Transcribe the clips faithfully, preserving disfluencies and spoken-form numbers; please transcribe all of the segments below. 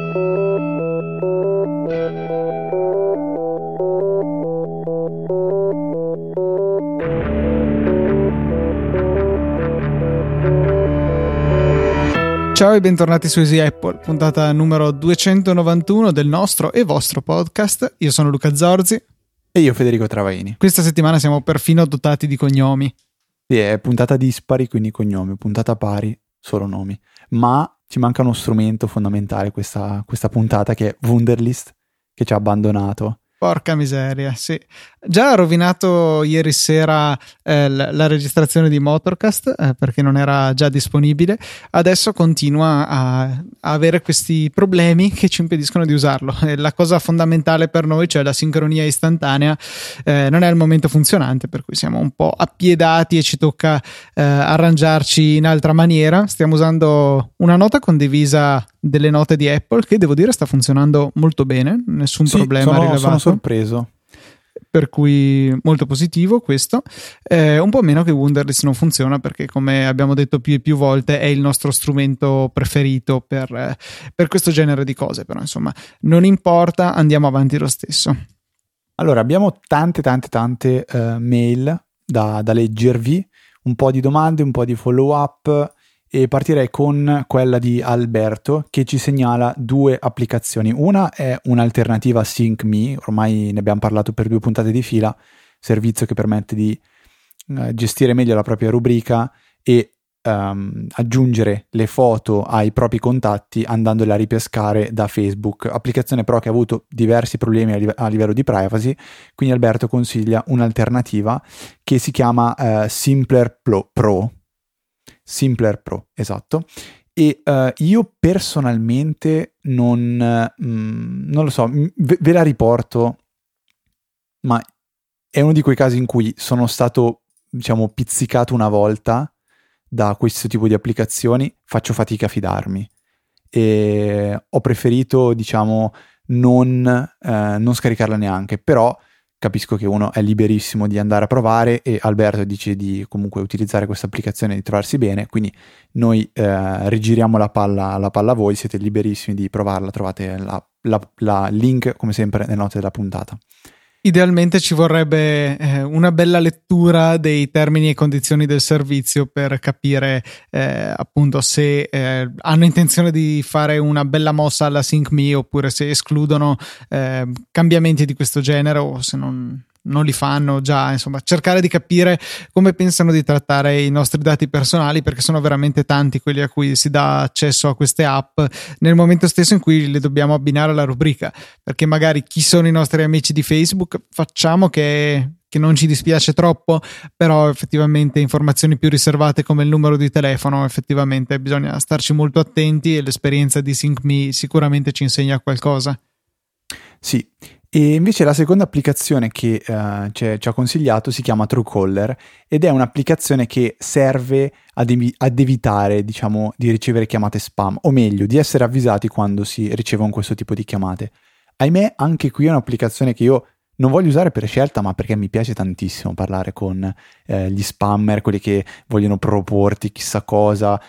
Ciao e bentornati su Easy Apple, puntata numero duecentonovantuno del nostro e vostro podcast. Io sono Luca Zorzi. E io Federico Travaini. Questa settimana siamo perfino dotati di cognomi. Sì, è puntata dispari, quindi cognomi, puntata pari, solo nomi. Ma ci manca uno strumento fondamentale questa, questa puntata, che è Wunderlist, che ci ha abbandonato. Porca miseria, sì. Già ha rovinato ieri sera eh, la, la registrazione di Motorcast eh, perché non era già disponibile. Adesso continua a, a avere questi problemi che ci impediscono di usarlo. E la cosa fondamentale per noi, cioè la sincronia istantanea, eh, non è al momento funzionante, per cui siamo un po' appiedati e ci tocca eh, arrangiarci in altra maniera. Stiamo usando una nota condivisa delle note di Apple, che devo dire sta funzionando molto bene, nessun sì, problema sono, rilevato. Sono sorpreso. Per cui molto positivo questo. Eh, un po' meno che Wunderlist non funziona, perché come abbiamo detto più e più volte è il nostro strumento preferito per, eh, per questo genere di cose, però insomma non importa, andiamo avanti lo stesso. Allora, abbiamo tante tante tante uh, mail da, da leggervi, un po' di domande, un po' di follow up, e partirei con quella di Alberto, che ci segnala due applicazioni. Una è un'alternativa a SyncMe, ormai ne abbiamo parlato per due puntate di fila, servizio che permette di uh, gestire meglio la propria rubrica e um, aggiungere le foto ai propri contatti andandole a ripescare da Facebook. Applicazione però che ha avuto diversi problemi a, live- a livello di privacy, quindi Alberto consiglia un'alternativa che si chiama uh, Simpler Pro, Pro Simpler Pro, esatto. E uh, io personalmente non, mm, non lo so, ve, ve la riporto, ma è uno di quei casi in cui sono stato, diciamo, pizzicato una volta da questo tipo di applicazioni, faccio fatica a fidarmi e ho preferito, diciamo, non, eh, non scaricarla neanche, però capisco che uno è liberissimo di andare a provare, e Alberto dice di comunque utilizzare questa applicazione e di trovarsi bene, quindi noi eh, rigiriamo la palla, la palla a voi, siete liberissimi di provarla, trovate la, la, la link come sempre nelle note della puntata. Idealmente ci vorrebbe eh, una bella lettura dei termini e condizioni del servizio per capire eh, appunto se eh, hanno intenzione di fare una bella mossa alla SyncMe, oppure se escludono eh, cambiamenti di questo genere, o se non, non li fanno già. Insomma, cercare di capire come pensano di trattare i nostri dati personali, perché sono veramente tanti quelli a cui si dà accesso a queste app nel momento stesso in cui le dobbiamo abbinare alla rubrica, perché magari chi sono i nostri amici di Facebook facciamo che, che non ci dispiace troppo, però effettivamente informazioni più riservate come il numero di telefono, effettivamente bisogna starci molto attenti, e l'esperienza di SyncMe sicuramente ci insegna qualcosa. Sì. E invece la seconda applicazione che uh, ci ha consigliato si chiama Truecaller, ed è un'applicazione che serve ad, evi- ad evitare, diciamo, di ricevere chiamate spam, o meglio, di essere avvisati quando si ricevono questo tipo di chiamate. Ahimè, anche qui è un'applicazione che io non voglio usare per scelta, ma perché mi piace tantissimo parlare con eh, gli spammer, quelli che vogliono proporti chissà cosa,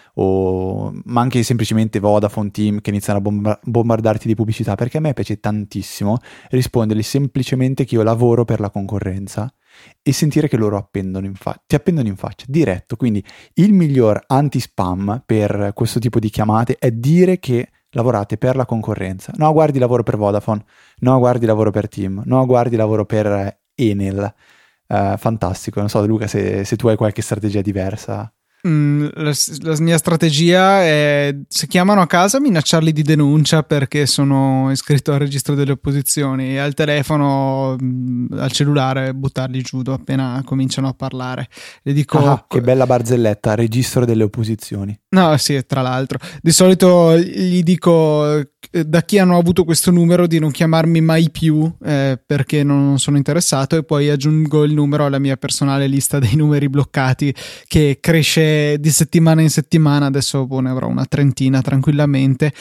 o ma anche semplicemente Vodafone, Team, che iniziano a bomba- bombardarti di pubblicità, perché a me piace tantissimo rispondergli semplicemente che io lavoro per la concorrenza e sentire che loro appendono in fa- ti appendono in faccia, diretto. Quindi il miglior anti-spam per questo tipo di chiamate è dire che lavorate per la concorrenza. No, guardi, lavoro per Vodafone. No, guardi, lavoro per Team. No, guardi, lavoro per Enel. Uh, fantastico. Non so, Luca, se, se tu hai qualche strategia diversa. Mm, la, la mia strategia è, se chiamano a casa, minacciarli di denuncia perché sono iscritto al registro delle opposizioni, e al telefono, mm, al cellulare, buttarli giù appena cominciano a parlare. Le dico, ah, che bella barzelletta, registro delle opposizioni. No, sì, tra l'altro. Di solito gli dico, da chi hanno avuto questo numero, di non chiamarmi mai più eh, perché non sono interessato, e poi aggiungo il numero alla mia personale lista dei numeri bloccati, che cresce di settimana in settimana. Adesso boh, ne avrò una trentina tranquillamente,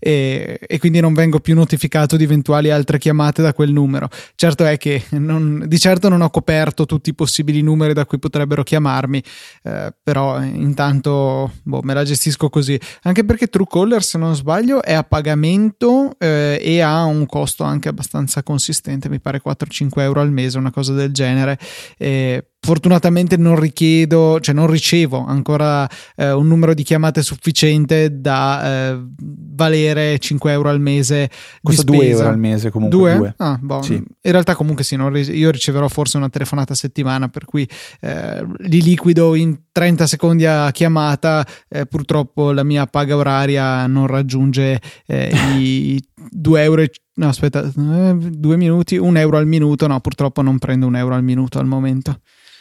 e, e quindi non vengo più notificato di eventuali altre chiamate da quel numero. Certo è che non, di certo non ho coperto tutti i possibili numeri da cui potrebbero chiamarmi, eh, però intanto boh, me la la gestisco così, anche perché Truecaller, se non sbaglio, è a pagamento eh, e ha un costo anche abbastanza consistente, mi pare quattro cinque euro al mese, una cosa del genere. eh, Fortunatamente non richiedo, cioè non ricevo ancora eh, un numero di chiamate sufficiente da eh, valere cinque euro al mese. Costa due euro al mese comunque. Due? due. Ah, boh. Sì. In realtà comunque sì, non ri- io riceverò forse una telefonata a settimana, per cui eh, li liquido in trenta secondi a chiamata. Eh, purtroppo la mia paga oraria non raggiunge eh, i due euro. No, aspetta, eh, due minuti, un euro al minuto. No, purtroppo non prendo un euro al minuto al momento.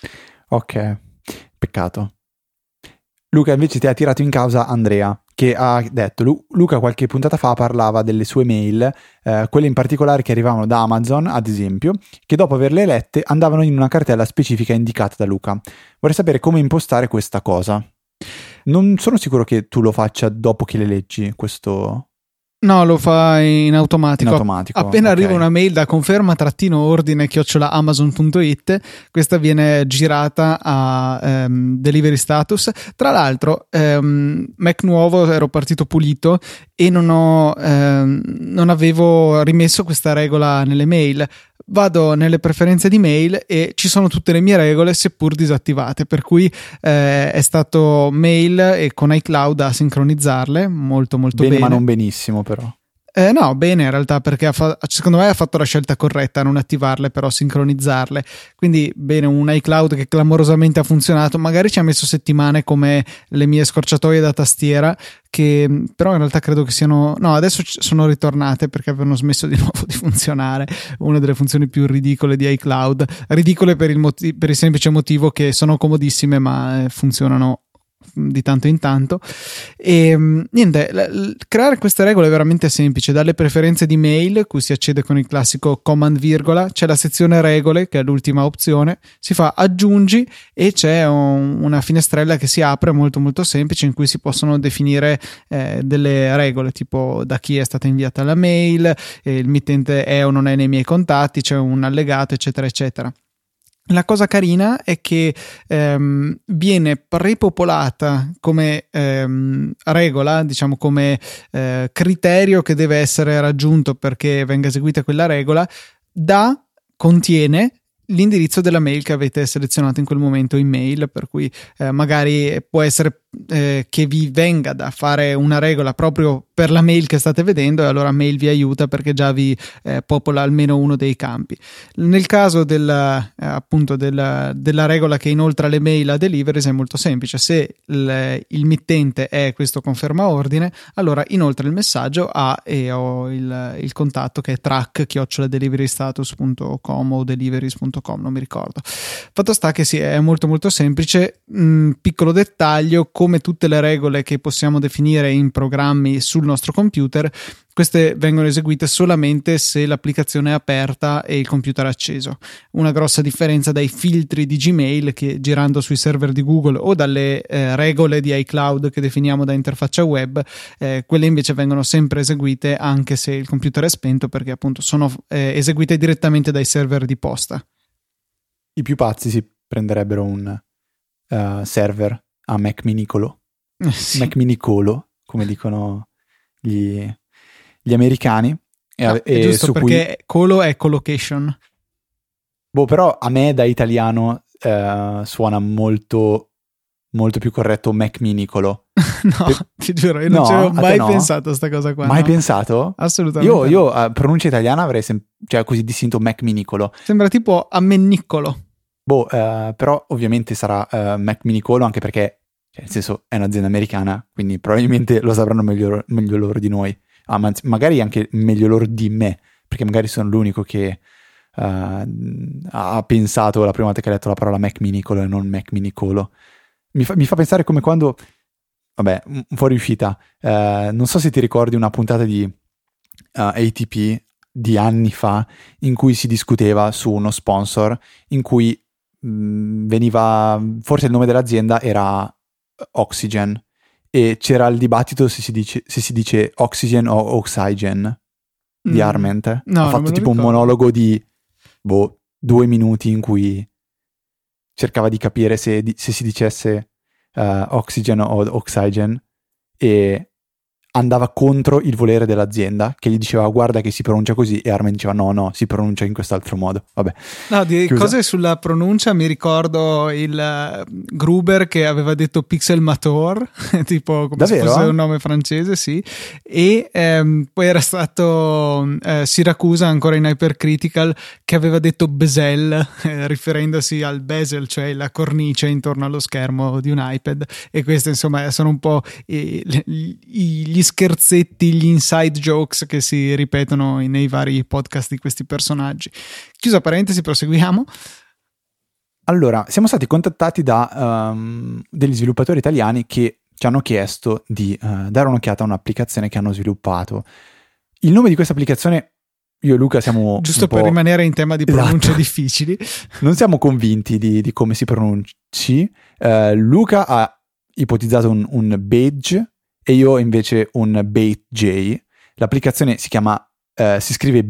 Ok, peccato. Luca invece ti ha tirato in causa Andrea, che ha detto, Lu- Luca qualche puntata fa parlava delle sue mail, eh, quelle in particolare che arrivavano da Amazon, ad esempio, che dopo averle lette andavano in una cartella specifica indicata da Luca. Vorrei sapere come impostare questa cosa. Non sono sicuro che tu lo faccia dopo che le leggi, questo... No, lo fa in automatico. In automatico, Appena ok. arriva una mail da conferma trattino ordine chiocciola amazon punto it, questa viene girata a ehm, delivery status. Tra l'altro, ehm, Mac nuovo, ero partito pulito e non ho ehm, non avevo rimesso questa regola nelle mail. Vado nelle preferenze di mail e ci sono tutte le mie regole seppur disattivate, per cui eh, è stato mail e con iCloud a sincronizzarle molto molto bene, bene. ma non benissimo però. Eh, no, bene in realtà, perché ha fa- secondo me ha fatto la scelta corretta a non attivarle, però sincronizzarle. Quindi bene, un iCloud che clamorosamente ha funzionato, magari ci ha messo settimane come le mie scorciatoie da tastiera, che però in realtà credo che siano, no, adesso sono ritornate perché avevano smesso di nuovo di funzionare, una delle funzioni più ridicole di iCloud, ridicole per il, motiv- per il semplice motivo che sono comodissime ma eh, funzionano di tanto in tanto. E niente, l- creare queste regole è veramente semplice. Dalle preferenze di mail, cui si accede con il classico command virgola, c'è la sezione regole che è l'ultima opzione, si fa aggiungi e c'è un, una finestrella che si apre molto molto semplice in cui si possono definire eh, delle regole tipo da chi è stata inviata la mail, eh, il mittente è o non è nei miei contatti, c'è un allegato eccetera eccetera. La cosa carina è che ehm, viene prepopolata come ehm, regola, diciamo come eh, criterio che deve essere raggiunto perché venga eseguita quella regola, da contiene l'indirizzo della mail che avete selezionato in quel momento in mail, per cui eh, magari può essere eh, che vi venga da fare una regola proprio per la mail che state vedendo e allora mail vi aiuta perché già vi eh, popola almeno uno dei campi. Nel caso del, eh, appunto del, della regola che inoltra le mail a deliveries è molto semplice: se il, il mittente è questo conferma ordine, allora inoltre il messaggio a e ho il, il contatto che è track chiocciola deliverystatus punto com o deliveries punto com, non mi ricordo. Fatto sta che sì, è molto molto semplice. Mm, piccolo dettaglio: come tutte le regole che possiamo definire in programmi sul nostro computer, queste vengono eseguite solamente se l'applicazione è aperta e il computer è acceso. Una grossa differenza dai filtri di Gmail che girando sui server di Google o dalle eh, regole di iCloud che definiamo da interfaccia web, eh, quelle invece vengono sempre eseguite anche se il computer è spento, perché appunto sono eh, eseguite direttamente dai server di posta. I più pazzi si prenderebbero un uh, server a Mac Minicolo. Sì. Mac Minicolo, come dicono gli, gli americani. No, e, è giusto, su perché cui... colo è collocation. Boh, però a me da italiano uh, suona molto, molto più corretto Mac Minicolo. No, per... ti giuro, io non no, ci avevo mai no? pensato a sta cosa qua. Mai no? pensato? Assolutamente. Io, no. io a pronuncia italiana avrei sem- cioè così distinto Mac Minicolo. Sembra tipo ammennicolo. Boh, uh, però ovviamente sarà uh, Mac Minicolo, anche perché, cioè, nel senso, è un'azienda americana, quindi probabilmente lo sapranno meglio, meglio loro di noi. Ah, ma magari anche meglio loro di me, perché magari sono l'unico che uh, ha pensato la prima volta che ha letto la parola Mac Minicolo e non Mac Minicolo. Mi fa, mi fa pensare come quando, vabbè, un fuori uscita, uh, non so se ti ricordi una puntata di uh, A T P di anni fa in cui si discuteva su uno sponsor in cui mh, veniva, forse il nome dell'azienda era Oxygen, e c'era il dibattito se si dice, se si dice Oxygen o Oxygen di Mm. Arment. No, ha non fatto me lo tipo un ricordo. monologo di boh, due minuti in cui cercava di capire se, di- se si dicesse uh, Oxygen o Oxygen, e andava contro il volere dell'azienda, che gli diceva guarda che si pronuncia così, e Armen diceva no no si pronuncia in quest'altro modo. Vabbè, no, di chiusa. Cose sulla pronuncia mi ricordo il uh, Gruber che aveva detto Pixelmator tipo come Davvero? se fosse un nome francese, sì, e ehm, poi era stato eh, Siracusa ancora in Hypercritical che aveva detto bezel eh, riferendosi al bezel, cioè la cornice intorno allo schermo di un iPad, e queste insomma sono un po' i, i, gli scherzetti, gli inside jokes che si ripetono nei vari podcast di questi personaggi. Chiusa parentesi, proseguiamo. Allora, siamo stati contattati da um, degli sviluppatori italiani che ci hanno chiesto di uh, dare un'occhiata a un'applicazione che hanno sviluppato. Il nome di questa applicazione, io e Luca siamo giusto un per po'... rimanere in tema di pronunce esatto. difficili, non siamo convinti di, di come si pronunci. Uh, Luca ha ipotizzato un, un badge e io invece un BaitJ. L'applicazione si chiama, eh, si scrive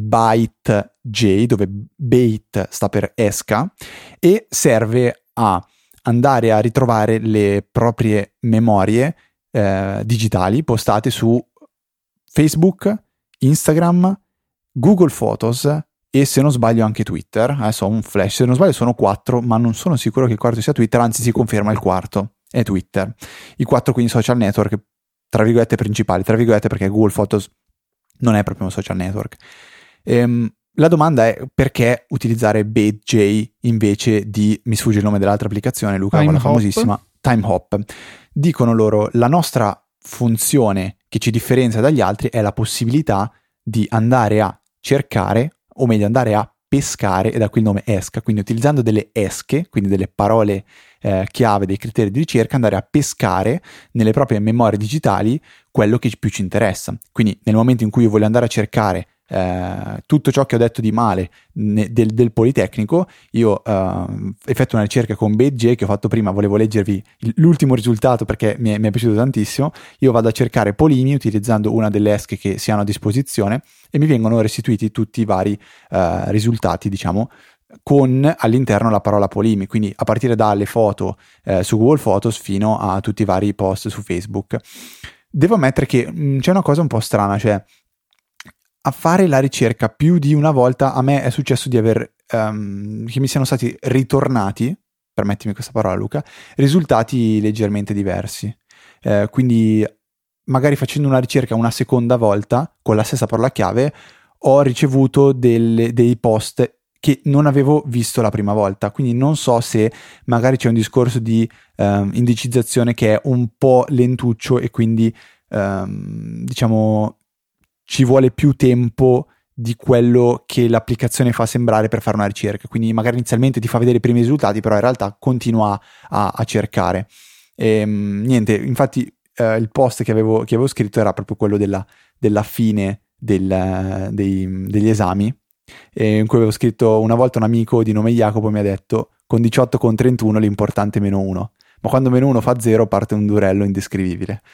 BaitJ, dove bait sta per esca, e serve a andare a ritrovare le proprie memorie eh, digitali postate su Facebook, Instagram, Google Photos e, se non sbaglio, anche Twitter. Adesso ho un flash, se non sbaglio sono quattro, ma non sono sicuro che il quarto sia Twitter, anzi si conferma il quarto è Twitter. I quattro quindi social network tra virgolette principali, tra virgolette perché Google Photos non è proprio un social network. Ehm, la domanda è perché utilizzare BaitJ invece di, mi sfugge il nome dell'altra applicazione, Luca, Time quella Hop. famosissima, TimeHop. Dicono loro, la nostra funzione che ci differenzia dagli altri è la possibilità di andare a cercare, o meglio andare a pescare, e da qui il nome esca, quindi utilizzando delle esche, quindi delle parole eh, chiave, dei criteri di ricerca, andare a pescare nelle proprie memorie digitali quello che più ci interessa. Quindi nel momento in cui io voglio andare a cercare eh, tutto ciò che ho detto di male ne, del, del Politecnico, io eh, effettuo una ricerca con BaitJ che ho fatto prima, volevo leggervi il, l'ultimo risultato perché mi è, mi è piaciuto tantissimo. Io vado a cercare Polini utilizzando una delle esche che si hanno a disposizione e mi vengono restituiti tutti i vari eh, risultati, diciamo, con all'interno la parola Polimi, quindi a partire dalle foto eh, su Google Photos fino a tutti i vari post su Facebook. Devo ammettere che mh, c'è una cosa un po' strana, cioè a fare la ricerca più di una volta a me è successo di aver um, che mi siano stati ritornati, permettimi questa parola Luca, risultati leggermente diversi. Eh, quindi magari facendo una ricerca una seconda volta con la stessa parola chiave ho ricevuto delle, dei post che non avevo visto la prima volta, quindi non so se magari c'è un discorso di um, indicizzazione che è un po' lentuccio e quindi um, diciamo ci vuole più tempo di quello che l'applicazione fa sembrare per fare una ricerca, quindi magari inizialmente ti fa vedere i primi risultati però in realtà continua a, a cercare. E, niente, infatti eh, il post che avevo, che avevo scritto era proprio quello della, della fine del, dei, degli esami, in cui avevo scritto: una volta un amico di nome Jacopo mi ha detto con diciotto con trentuno l'importante è meno uno, ma quando meno uno fa zero parte un durello indescrivibile.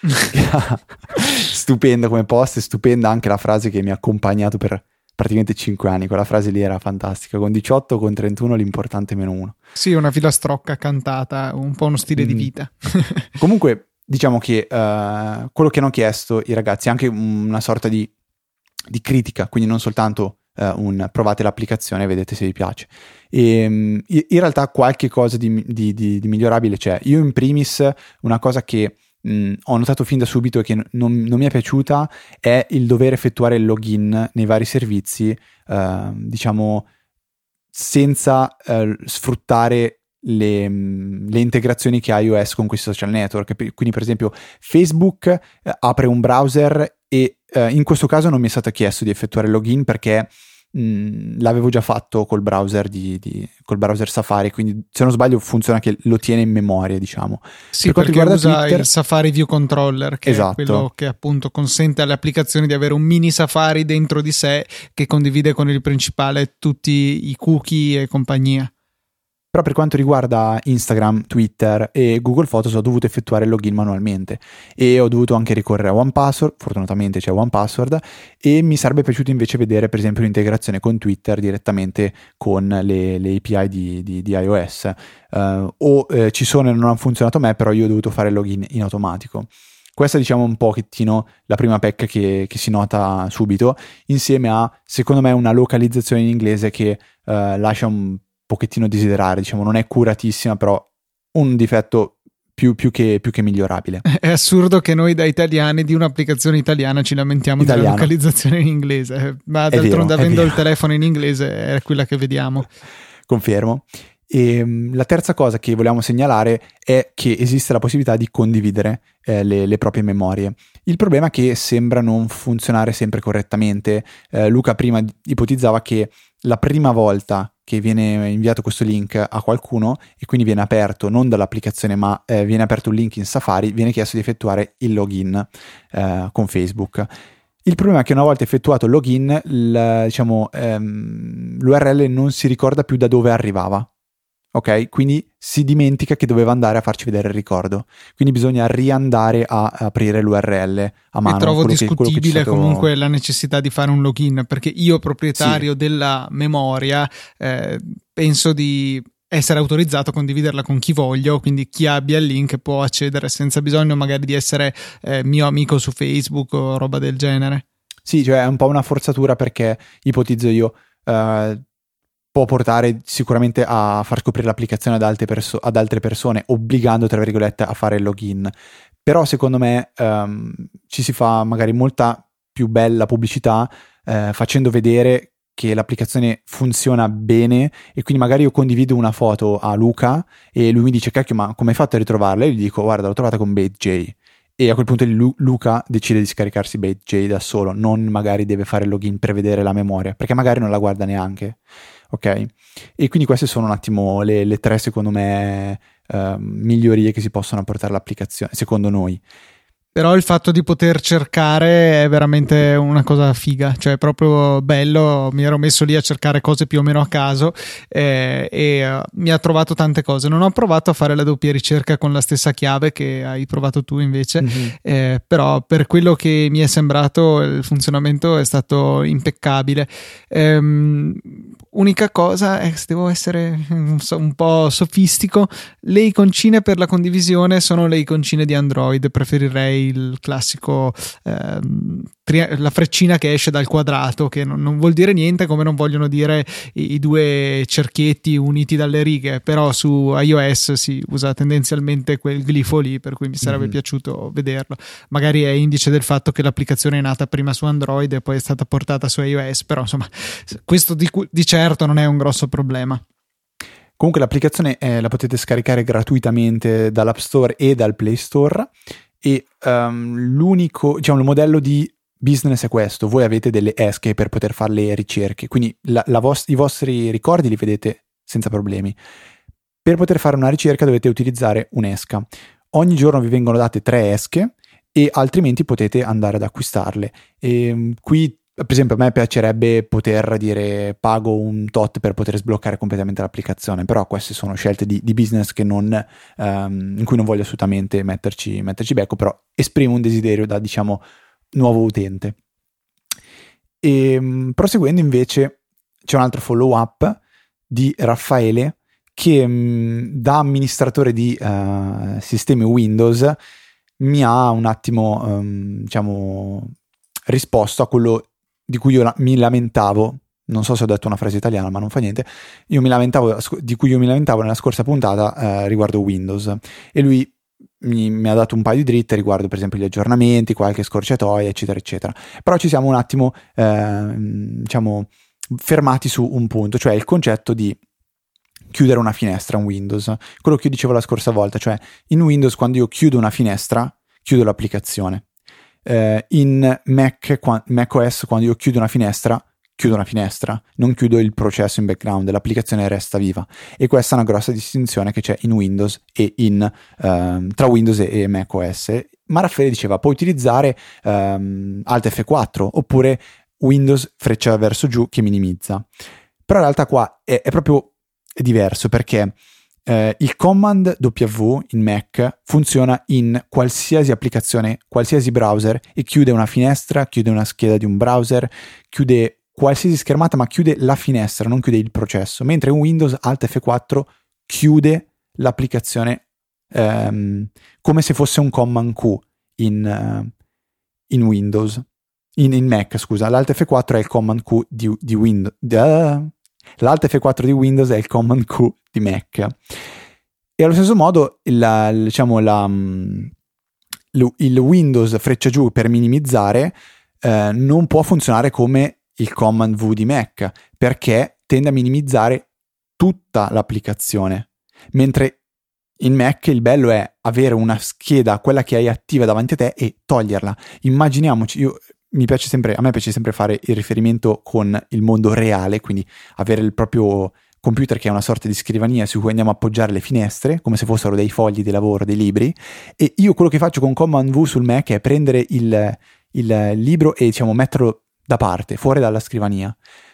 Stupendo come post, e stupenda anche la frase che mi ha accompagnato per praticamente cinque anni. Quella frase lì era fantastica: con diciotto con trentuno l'importante è meno uno. Sì, una filastrocca cantata, un po' uno stile mm. di vita. Comunque diciamo che uh, quello che hanno chiesto i ragazzi è anche una sorta di, di critica, quindi non soltanto Uh, un provate l'applicazione e vedete se vi piace. E, um, in realtà qualche cosa di, di, di, di migliorabile c'è. Io in primis una cosa che mh, ho notato fin da subito e che non, non mi è piaciuta è il dover effettuare il login nei vari servizi uh, diciamo senza uh, sfruttare le, mh, le integrazioni che ha iOS con questi social network. Quindi per esempio Facebook uh, apre un browser e uh, in questo caso non mi è stato chiesto di effettuare il login perché mh, l'avevo già fatto col browser di, di col browser Safari, quindi se non sbaglio funziona che lo tiene in memoria, diciamo. Sì, per perché usa Twitter, il Safari View Controller, che esatto. è quello che appunto consente alle applicazioni di avere un mini Safari dentro di sé che condivide con il principale tutti i cookie e compagnia. Però per quanto riguarda Instagram, Twitter e Google Photos ho dovuto effettuare il login manualmente e ho dovuto anche ricorrere a one password. Fortunatamente c'è one password, e mi sarebbe piaciuto invece vedere per esempio l'integrazione con Twitter direttamente con le, le A P I di, di, di iOS. Uh, o eh, ci sono e non ha funzionato a me, però io ho dovuto fare il login in automatico. questa diciamo un pochettino la prima pecca che, che si nota subito, insieme a, secondo me, una localizzazione in inglese che uh, lascia un pochettino a desiderare, diciamo non è curatissima, però un difetto più, più, che, più che migliorabile. È assurdo che noi da italiani di un'applicazione italiana ci lamentiamo Italiano. della localizzazione in inglese, ma d'altronde avendo il telefono in inglese è quella che vediamo. Confermo. E la terza cosa che vogliamo segnalare è che esiste la possibilità di condividere eh, le, le proprie memorie. Il problema è che sembra non funzionare sempre correttamente. Eh, Luca prima ipotizzava che la prima volta che viene inviato questo link a qualcuno e quindi viene aperto non dall'applicazione ma eh, viene aperto un link in Safari, viene chiesto di effettuare il login eh, con Facebook. Il problema è che una volta effettuato il login il, diciamo, ehm, l'U R L non si ricorda più da dove arrivava. Ok, quindi si dimentica che doveva andare a farci vedere il ricordo, quindi bisogna riandare a aprire l'U R L a mano. E trovo quello discutibile che, che stato... comunque la necessità di fare un login, perché io proprietario sì. della memoria eh, penso di essere autorizzato a condividerla con chi voglio, quindi chi abbia il link può accedere senza bisogno magari di essere eh, mio amico su Facebook o roba del genere. Sì, cioè è un po' una forzatura, perché ipotizzo io uh, può portare sicuramente a far scoprire l'applicazione ad altre, perso- ad altre persone, obbligando tra virgolette a fare il login. Però secondo me um, ci si fa magari molta più bella pubblicità eh, facendo vedere che l'applicazione funziona bene, e quindi magari io condivido una foto a Luca e lui mi dice cacchio ma come hai fatto a ritrovarla? E io gli dico guarda l'ho trovata con BaitJ, e a quel punto Lu- Luca decide di scaricarsi BaitJ da solo, non magari deve fare il login per vedere la memoria, perché magari non la guarda neanche. Ok, e quindi queste sono un attimo le, le tre secondo me uh, migliorie che si possono apportare all'applicazione secondo noi. Però il fatto di poter cercare è veramente una cosa figa, cioè è proprio bello. Mi ero messo lì a cercare cose più o meno a caso eh, e uh, mi ha trovato tante cose. Non ho provato a fare la doppia ricerca con la stessa chiave che hai provato tu invece, mm-hmm. eh, però per quello che mi è sembrato il funzionamento è stato impeccabile. Ehm, unica cosa è, se devo essere un po' sofistico, le iconcine per la condivisione sono le iconcine di Android. Preferirei il classico ehm, tri- la freccina che esce dal quadrato, che non, non vuol dire niente, come non vogliono dire i, i due cerchietti uniti dalle righe, però su iOS si usa tendenzialmente quel glifo lì, per cui mi sarebbe mm-hmm. piaciuto vederlo. Magari è indice del fatto che l'applicazione è nata prima su Android e poi è stata portata su iOS, però insomma questo di, di certo non è un grosso problema. Comunque l'applicazione eh, la potete scaricare gratuitamente dall'App Store e dal Play Store, e um, l'unico, diciamo, il modello di business è questo: voi avete delle esche per poter fare le ricerche, quindi la, la vos- i vostri ricordi li vedete senza problemi. Per poter fare una ricerca dovete utilizzare un'esca. Ogni giorno vi vengono date tre esche e altrimenti potete andare ad acquistarle. E qui per esempio a me piacerebbe poter dire pago un tot per poter sbloccare completamente l'applicazione, però queste sono scelte di, di business che non, um, in cui non voglio assolutamente metterci, metterci becco, però esprimo un desiderio da, diciamo, nuovo utente. E um, proseguendo invece c'è un altro follow up di Raffaele che um, da amministratore di uh, sistemi Windows mi ha un attimo um, diciamo risposto a quello di cui io la- mi lamentavo. Non so se ho detto una frase italiana, ma non fa niente. Io mi lamentavo, di cui io mi lamentavo nella scorsa puntata eh, riguardo Windows, e lui mi, mi ha dato un paio di dritte riguardo per esempio gli aggiornamenti, qualche scorciatoia, eccetera eccetera. Però ci siamo un attimo eh, diciamo fermati su un punto, cioè il concetto di chiudere una finestra in Windows. Quello che io dicevo la scorsa volta, cioè in Windows quando io chiudo una finestra chiudo l'applicazione. Uh, in Mac, qua, macOS quando io chiudo una finestra chiudo una finestra, non chiudo il processo in background, l'applicazione resta viva, e questa è una grossa distinzione che c'è in Windows e in uh, tra Windows e, e macOS. Ma Raffaele diceva puoi utilizzare um, Alt F quattro oppure Windows freccia verso giù che minimizza, però in realtà qua è, è proprio diverso, perché Uh, il command W in Mac funziona in qualsiasi applicazione, qualsiasi browser, e chiude una finestra, chiude una scheda di un browser, chiude qualsiasi schermata, ma chiude la finestra, non chiude il processo, mentre in Windows Alt F quattro chiude l'applicazione um, come se fosse un command Q. in, uh, in Windows, in, in Mac, scusa. L'Alt F quattro è il Command Q di, di Windows. Uh, L'Alt F quattro di Windows è il Command Q di Mac. E allo stesso modo, la, diciamo, la, il Windows freccia giù per minimizzare eh, non può funzionare come il Command V di Mac, perché tende a minimizzare tutta l'applicazione. Mentre in Mac il bello è avere una scheda, quella che hai attiva davanti a te, e toglierla. Immaginiamoci, io mi piace sempre, a me piace sempre fare il riferimento con il mondo reale, quindi avere il proprio computer che è una sorta di scrivania su cui andiamo a appoggiare le finestre, come se fossero dei fogli di lavoro, dei libri, e io quello che faccio con Command V sul Mac è prendere il, il libro e diciamo metterlo da parte, fuori dalla scrivania,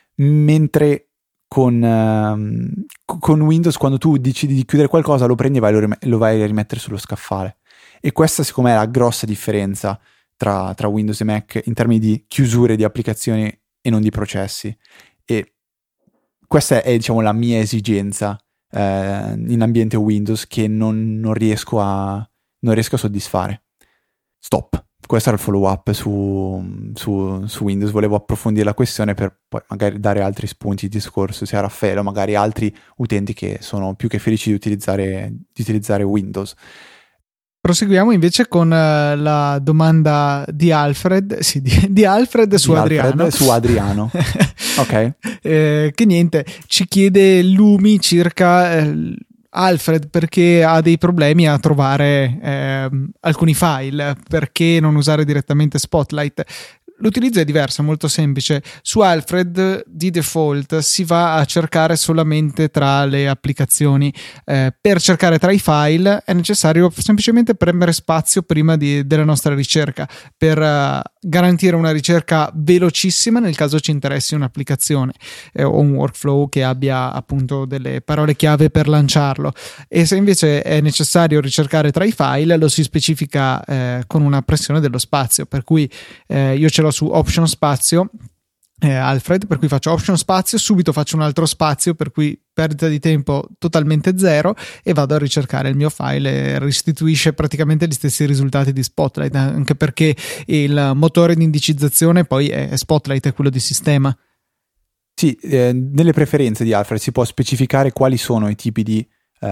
mentre con, uh, con Windows quando tu decidi di chiudere qualcosa lo prendi e vai, lo, rim- lo vai a rimettere sullo scaffale. E questa secondo me è la grossa differenza tra, tra Windows e Mac in termini di chiusure di applicazioni e non di processi. E questa è, diciamo, la mia esigenza eh, in ambiente Windows, che non, non riesco a non riesco a soddisfare. Stop. Questo era il follow up su, su, su Windows. Volevo approfondire la questione per poi magari dare altri spunti di discorso sia a Raffaele o magari altri utenti che sono più che felici di utilizzare, di utilizzare Windows. Proseguiamo invece con uh, la domanda di Alfred, sì, di, di Alfred su di Adriano. Alfred su Adriano. Ok. Eh, che niente, ci chiede Lumi circa eh, Alfred perché ha dei problemi a trovare eh, alcuni file, perché non usare direttamente Spotlight. L'utilizzo è diverso, è molto semplice. Su Alfred di default si va a cercare solamente tra le applicazioni. Eh, per cercare tra i file è necessario semplicemente premere spazio prima di, della nostra ricerca per uh, garantire una ricerca velocissima nel caso ci interessi un'applicazione eh, o un workflow che abbia appunto delle parole chiave per lanciarlo. E se invece è necessario ricercare tra i file, lo si specifica eh, con una pressione dello spazio, per cui eh, io ce l'ho su option spazio eh, Alfred, per cui faccio option spazio, subito faccio un altro spazio, per cui perdita di tempo totalmente zero, e vado a ricercare il mio file e restituisce praticamente gli stessi risultati di Spotlight, anche perché il motore di indicizzazione poi è Spotlight, è quello di sistema. Sì, eh, nelle preferenze di Alfred si può specificare quali sono i tipi di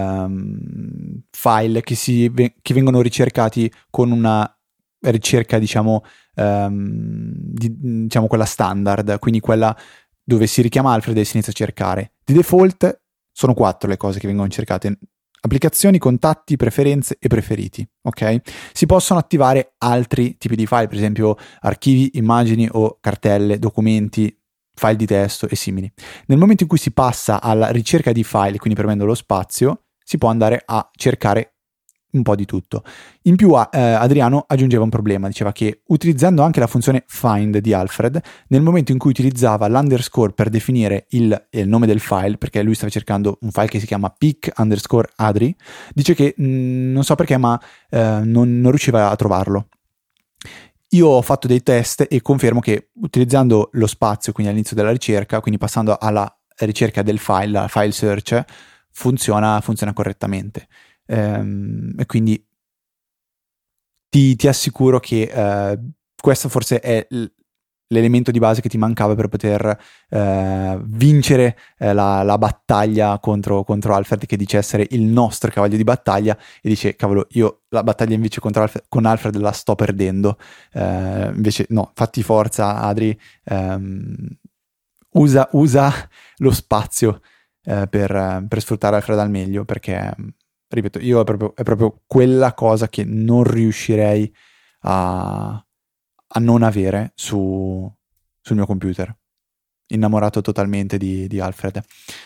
um, file che, si, che vengono ricercati con una ricerca, diciamo, um, di, diciamo quella standard, quindi quella dove si richiama Alfred e si inizia a cercare. Di default sono quattro le cose che vengono cercate: applicazioni, contatti, preferenze e preferiti. Ok? Si possono attivare altri tipi di file, per esempio archivi, immagini o cartelle, documenti, file di testo e simili. Nel momento in cui si passa alla ricerca di file, quindi premendo lo spazio, si può andare a cercare un po' di tutto. In più eh, Adriano aggiungeva un problema, diceva che utilizzando anche la funzione find di Alfred, nel momento in cui utilizzava l'underscore per definire il, il nome del file, perché lui stava cercando un file che si chiama pic underscore adri, dice che mh, non so perché ma eh, non, non riusciva a trovarlo. Io ho fatto dei test e confermo che utilizzando lo spazio, quindi all'inizio della ricerca, quindi passando alla ricerca del file, la file search, funziona, funziona correttamente. Ehm, e quindi ti, ti assicuro che eh, questo forse è l- l'elemento di base che ti mancava per poter eh, vincere eh, la, la battaglia contro, contro Alfred, che dice essere il nostro cavallo di battaglia, e dice cavolo, io la battaglia invece contro Alfred, con Alfred la sto perdendo. Eh, invece no, fatti forza Adri, ehm, usa, usa lo spazio eh, per, per sfruttare Alfred al meglio, perché ripeto, io è proprio, è proprio quella cosa che non riuscirei a, a non avere su, sul mio computer. Innamorato totalmente di, di Alfred.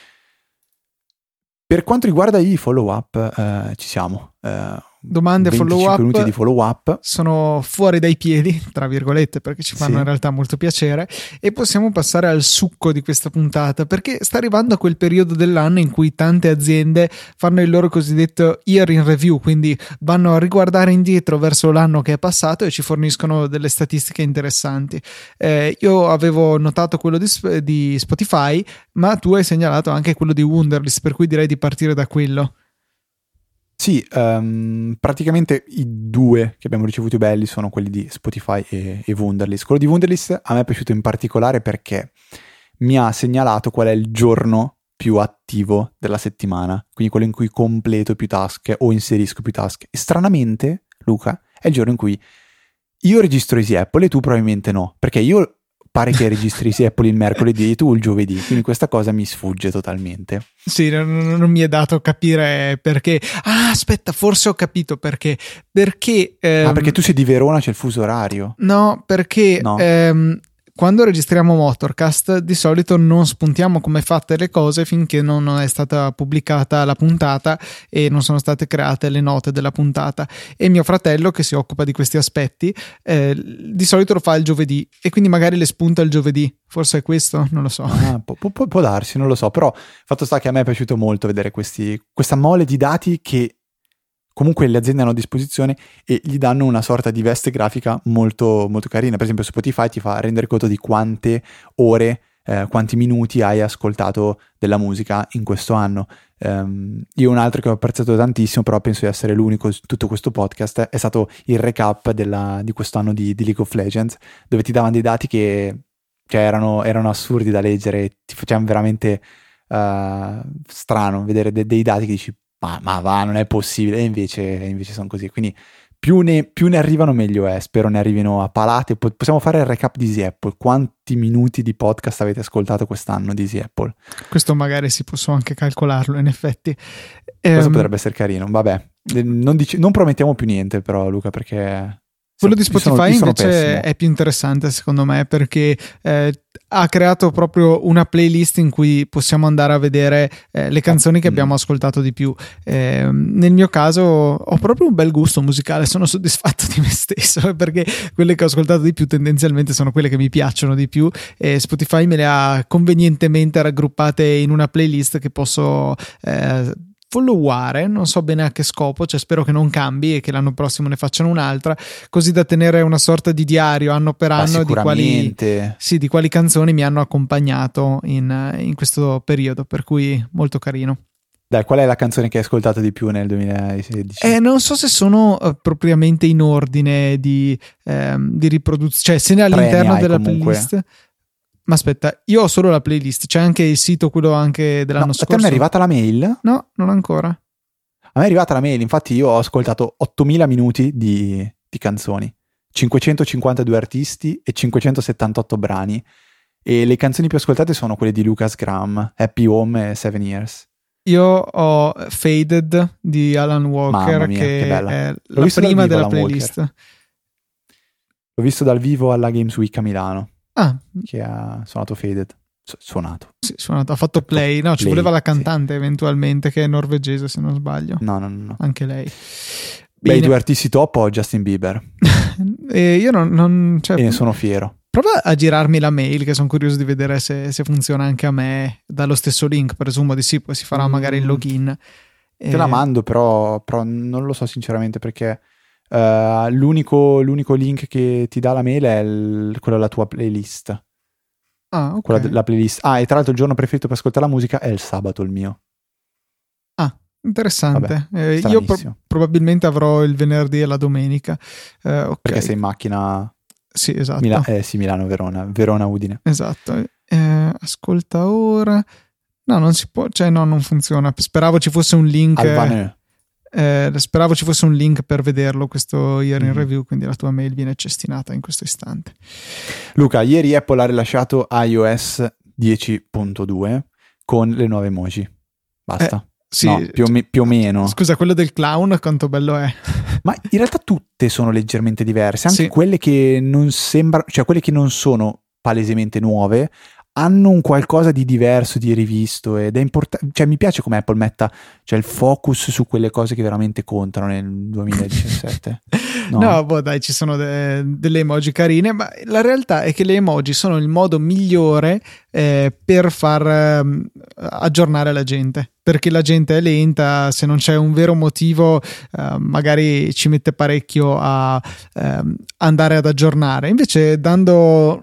Per quanto riguarda i follow up, eh, ci siamo. Eh, Domande follow up, minuti di follow up sono fuori dai piedi, tra virgolette, perché ci fanno sì. in realtà molto piacere, e possiamo passare al succo di questa puntata, perché sta arrivando a quel periodo dell'anno in cui tante aziende fanno il loro cosiddetto year in review, quindi vanno a riguardare indietro verso l'anno che è passato e ci forniscono delle statistiche interessanti. Eh, io avevo notato quello di, di Spotify, ma tu hai segnalato anche quello di Wunderlist, per cui direi di partire da quello. Sì, um, praticamente i due che abbiamo ricevuto belli sono quelli di Spotify e, e Wunderlist. Quello di Wunderlist a me è piaciuto in particolare perché mi ha segnalato qual è il giorno più attivo della settimana, quindi quello in cui completo più task o inserisco più task. E stranamente, Luca, è il giorno in cui io registro Easy Apple e tu probabilmente no, perché io pare che registri Easy Apple il mercoledì e tu il giovedì, quindi questa cosa mi sfugge totalmente. Sì, non, non mi è dato capire perché. Ah, aspetta, forse ho capito perché. Perché... Ehm... Ah, perché tu sei di Verona, c'è il fuso orario? No, perché... No. Ehm... Quando registriamo Motorcast di solito non spuntiamo come fatte le cose finché non è stata pubblicata la puntata e non sono state create le note della puntata, e mio fratello, che si occupa di questi aspetti, eh, di solito lo fa il giovedì e quindi magari le spunta il giovedì. Forse è questo? Non lo so. Ah, può, può, può darsi, non lo so, però fatto sta che a me è piaciuto molto vedere questi, questa mole di dati che comunque le aziende hanno a disposizione e gli danno una sorta di veste grafica molto, molto carina. Per esempio Spotify ti fa rendere conto di quante ore, eh, quanti minuti hai ascoltato della musica in questo anno. Um, io un altro che ho apprezzato tantissimo, però penso di essere l'unico su tutto questo podcast, è stato il recap della, di quest'anno di, di League of Legends, dove ti davano dei dati che cioè, erano, erano assurdi da leggere, ti facevano veramente uh, strano vedere de- dei dati che dici Ma, ma va, non è possibile, e invece, invece sono così. Quindi più ne, più ne arrivano meglio è, spero ne arrivino a palate. Possiamo fare il recap di Easy Apple. Quanti minuti di podcast avete ascoltato quest'anno di Easy Apple? Questo magari si può anche calcolarlo, in effetti. Questo ehm, potrebbe essere carino. Vabbè, non, dici, non promettiamo più niente però, Luca, perché... Quello di Spotify sono, invece è più interessante secondo me, perché eh, ha creato proprio una playlist in cui possiamo andare a vedere eh, le canzoni che abbiamo ascoltato di più. Eh, nel mio caso ho proprio un bel gusto musicale, sono soddisfatto di me stesso perché quelle che ho ascoltato di più tendenzialmente sono quelle che mi piacciono di più, e Spotify me le ha convenientemente raggruppate in una playlist che posso... Eh, followare, non so bene a che scopo, cioè spero che non cambi e che l'anno prossimo ne facciano un'altra, così da tenere una sorta di diario anno per anno di quali, sì, di quali canzoni mi hanno accompagnato in, in questo periodo, per cui molto carino. Dai, qual è la canzone che hai ascoltato di più nel duemilasedici? Eh, non so se sono uh, propriamente in ordine di, ehm, di riproduzione, cioè se ne all'interno della comunque. playlist. Ma aspetta, io ho solo la playlist, c'è anche il sito, quello anche dell'anno no, scorso. A te mi è arrivata la mail? No, non ancora. A me è arrivata la mail, infatti io ho ascoltato ottomila minuti di, di canzoni, cinquecentocinquantadue artisti e cinquecentosettantotto brani, e le canzoni più ascoltate sono quelle di Lucas Graham, Happy Home e Seven Years. Io ho Faded di Alan Walker, mia, che, che bella. è L'ho la prima vivo, della Alan playlist. Walker. L'ho visto dal vivo alla Games Week a Milano. Ah, che ha suonato Faded. Su- suonato. Sì, suonato. Ha fatto play. No, ci play, voleva la cantante sì. Eventualmente, che è norvegese se non sbaglio. No, no, no. no. Anche lei. Beh, i due artisti top ho Justin Bieber. e io non... non cioè, e ne sono fiero. Prova a girarmi la mail, che sono curioso di vedere se, se funziona anche a me dallo stesso link. Presumo di sì, poi si farà mm. magari il login. Te e... la mando, però, però non lo so sinceramente, perché uh, l'unico, l'unico link che ti dà la mail è il, quello della tua playlist. Ah, ok. Quella della playlist. Ah, e tra l'altro il giorno preferito per ascoltare la musica è il sabato, il mio. Ah, interessante. Vabbè, eh, io pro- probabilmente avrò il venerdì e la domenica. Eh, okay. Perché sei in macchina... Sì, esatto. Mila- eh sì, Milano-Verona, Verona-Udine. Esatto. Eh, ascolta ora. No, non si può, cioè no, non funziona. Speravo ci fosse un link. Eh, speravo ci fosse un link per vederlo, questo year in mm. review, quindi la tua mail viene cestinata in questo istante. Luca, ieri Apple ha rilasciato iOS dieci punto due con le nuove emoji. Basta. Eh. Sì, no, più, o me- più o meno. Scusa, quello del clown quanto bello è? Ma in realtà tutte sono leggermente diverse, anche sì. quelle che non sembrano, cioè quelle che non sono palesemente nuove hanno un qualcosa di diverso, di rivisto, ed è importante, cioè mi piace come Apple metta, cioè, il focus su quelle cose che veramente contano nel duemiladiciassette. No, no boh dai, ci sono de- delle emoji carine, ma la realtà è che le emoji sono il modo migliore eh, per far um, aggiornare la gente, perché la gente è lenta, se non c'è un vero motivo uh, magari ci mette parecchio a um, andare ad aggiornare. Invece dando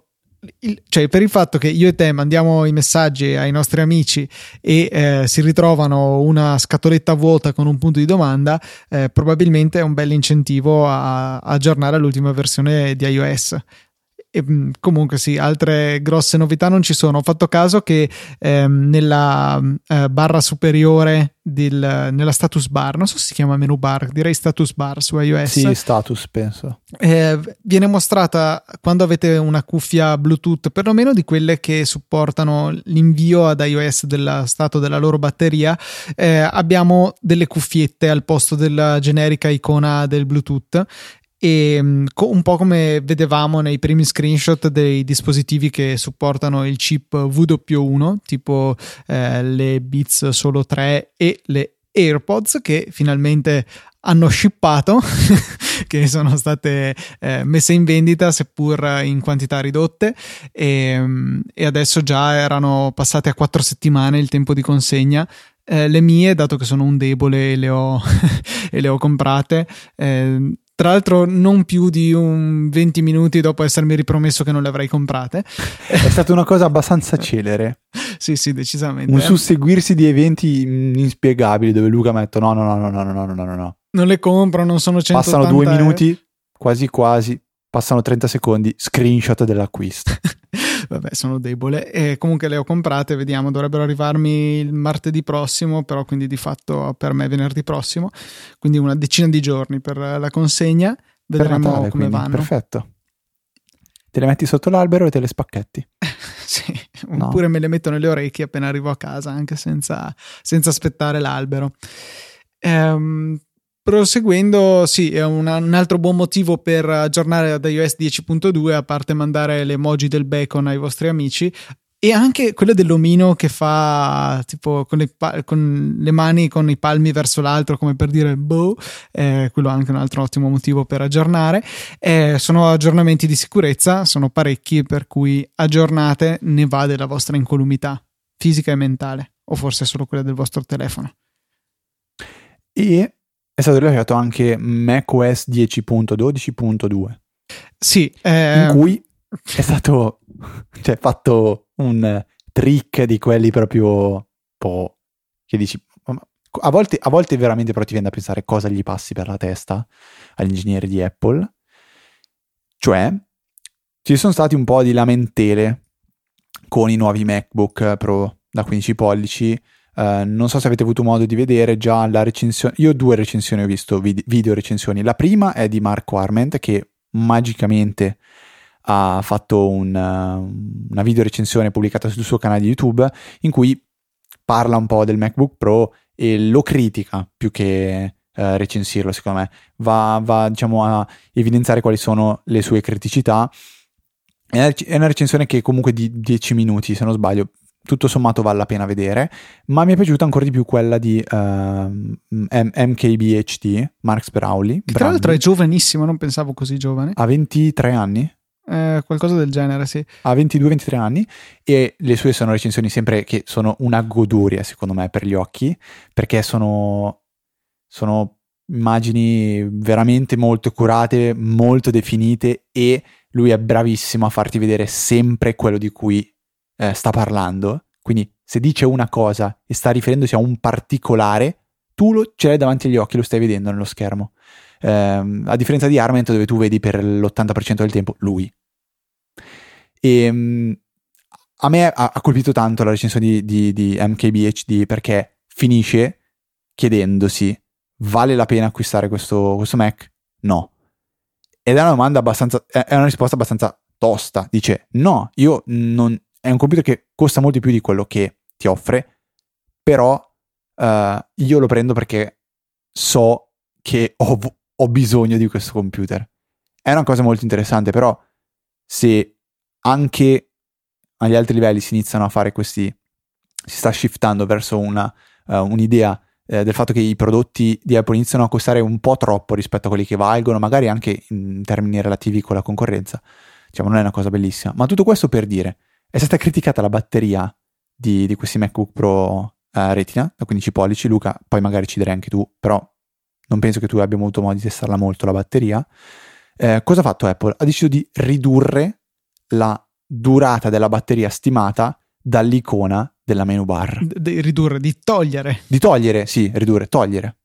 il, cioè per il fatto che io e te mandiamo i messaggi ai nostri amici e eh, si ritrovano una scatoletta vuota con un punto di domanda, eh, probabilmente è un bel incentivo a, a aggiornare all'ultima versione di iOS. E, comunque sì, altre grosse novità non ci sono. Ho fatto caso che ehm, nella eh, barra superiore del, nella status bar, non so se si chiama menu bar, direi status bar su iOS. Sì, status penso. Eh, viene mostrata quando avete una cuffia Bluetooth, perlomeno di quelle che supportano l'invio ad iOS dello stato della loro batteria. Eh, abbiamo delle cuffiette al posto della generica icona del Bluetooth. E un po' come vedevamo nei primi screenshot dei dispositivi che supportano il chip V W uno, tipo eh, le Beats Solo tre e le AirPods, che finalmente hanno shippato che sono state eh, messe in vendita seppur in quantità ridotte, e, e adesso già erano passate a quattro settimane il tempo di consegna. Eh, le mie, dato che sono un debole, le ho, e le ho comprate eh, tra l'altro non più di un venti minuti dopo essermi ripromesso che non le avrei comprate. È stata una cosa abbastanza celere. Sì, sì, decisamente. Un susseguirsi di eventi inspiegabili dove Luca mi ha detto no, no, no, no, no, no, no, no, no. Non le compro, non sono centottanta. Passano due minuti, quasi quasi, passano trenta secondi, screenshot dell'acquisto. Vabbè, sono debole. E comunque le ho comprate, vediamo, dovrebbero arrivarmi il martedì prossimo, però quindi di fatto per me venerdì prossimo, quindi una decina di giorni per la consegna. Vedremo per Natale, come quindi, vanno. Perfetto. Te le metti sotto l'albero e te le spacchetti. Sì, no. Oppure me le metto nelle orecchie appena arrivo a casa, anche senza, senza aspettare l'albero. Ehm Proseguendo, sì, è una, un altro buon motivo per aggiornare ad iOS dieci punto due, a parte mandare le emoji del bacon ai vostri amici, e anche quello dell'omino che fa tipo con le, con le mani con i palmi verso l'altro, come per dire boh, eh, quello è anche un altro ottimo motivo per aggiornare. Eh, sono aggiornamenti di sicurezza, sono parecchi, per cui aggiornate, ne va della vostra incolumità fisica e mentale, o forse solo quella del vostro telefono. E è stato rilasciato anche macOS dieci punto dodici punto due. Sì, eh... in cui è stato cioè, fatto un trick di quelli proprio po' che dici a volte, a volte veramente però ti viene da pensare cosa gli passi per la testa agli ingegneri di Apple. Cioè ci sono stati un po' di lamentele con i nuovi MacBook Pro da quindici pollici. Uh, non so se avete avuto modo di vedere già la recensione. Io due recensioni ho visto, vid- video recensioni. La prima è di Marco Arment, che magicamente ha fatto un, uh, una video recensione pubblicata sul suo canale di YouTube, in cui parla un po' del MacBook Pro e lo critica più che uh, recensirlo. Secondo me va, va diciamo a evidenziare quali sono le sue criticità. È una recensione che comunque di dieci minuti, se non sbaglio, tutto sommato vale la pena vedere, ma mi è piaciuta ancora di più quella di uh, M K B H D, Mark Sperowli. Che tra l'altro è giovanissimo, non pensavo così giovane. Ha ventitré anni? Eh, qualcosa del genere, sì. Ha ventidue ventitré anni, e le sue sono recensioni sempre che sono una goduria, secondo me, per gli occhi, perché sono, sono immagini veramente molto curate, molto definite, e lui è bravissimo a farti vedere sempre quello di cui Eh, sta parlando. Quindi se dice una cosa e sta riferendosi a un particolare, tu lo, ce l'hai davanti agli occhi, lo stai vedendo nello schermo, eh, a differenza di Arment, dove tu vedi per l'ottanta per cento del tempo lui. E um, a me ha, ha colpito tanto la recensione di, di, di M K B H D, perché finisce chiedendosi: vale la pena acquistare questo, questo Mac? No. Ed è una domanda abbastanza, è una risposta abbastanza tosta. Dice no, io non è un computer che costa molto di più di quello che ti offre, però uh, io lo prendo perché so che ho, ho bisogno di questo computer. È una cosa molto interessante, però se anche agli altri livelli si iniziano a fare questi, si sta shiftando verso una, uh, un'idea eh, del fatto che i prodotti di Apple iniziano a costare un po' troppo rispetto a quelli che valgono, magari anche in termini relativi con la concorrenza, diciamo, non è una cosa bellissima. Ma tutto questo per dire: è stata criticata la batteria di, di questi MacBook Pro eh, Retina da quindici pollici. Luca, poi magari ci direi anche tu, però non penso che tu abbia avuto modo di testarla molto la batteria. Eh, cosa ha fatto Apple? Ha deciso di ridurre la durata della batteria stimata dall'icona della menu bar. Di ridurre, di togliere. Di togliere, sì, ridurre, togliere.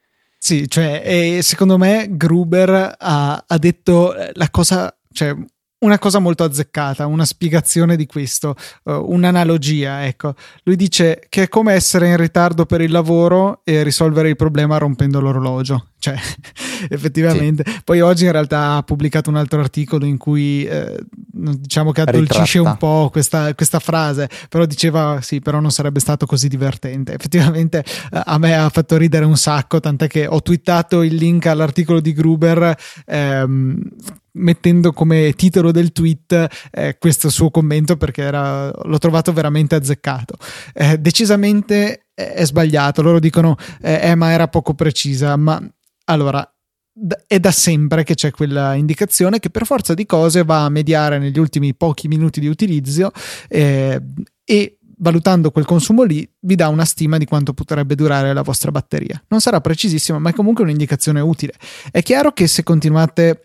Sì, cioè, e secondo me Gruber ha, ha detto la cosa, cioè una cosa molto azzeccata, una spiegazione di questo, uh, un'analogia, ecco. Lui dice che è come essere in ritardo per il lavoro e risolvere il problema rompendo l'orologio. Cioè, effettivamente. Sì. Poi oggi in realtà ha pubblicato un altro articolo in cui eh, diciamo che addolcisce Ritratta. un po' questa, questa frase, però diceva sì, però non sarebbe stato così divertente. Effettivamente eh, a me ha fatto ridere un sacco, tant'è che ho twittato il link all'articolo di Gruber ehm, mettendo come titolo del tweet eh, questo suo commento, perché era, l'ho trovato veramente azzeccato. Eh, decisamente è sbagliato. Loro dicono eh, eh ma era poco precisa, ma allora è da sempre che c'è quella indicazione che per forza di cose va a mediare negli ultimi pochi minuti di utilizzo eh, e valutando quel consumo lì vi dà una stima di quanto potrebbe durare la vostra batteria. Non sarà precisissima, ma è comunque un'indicazione utile. È chiaro che se continuate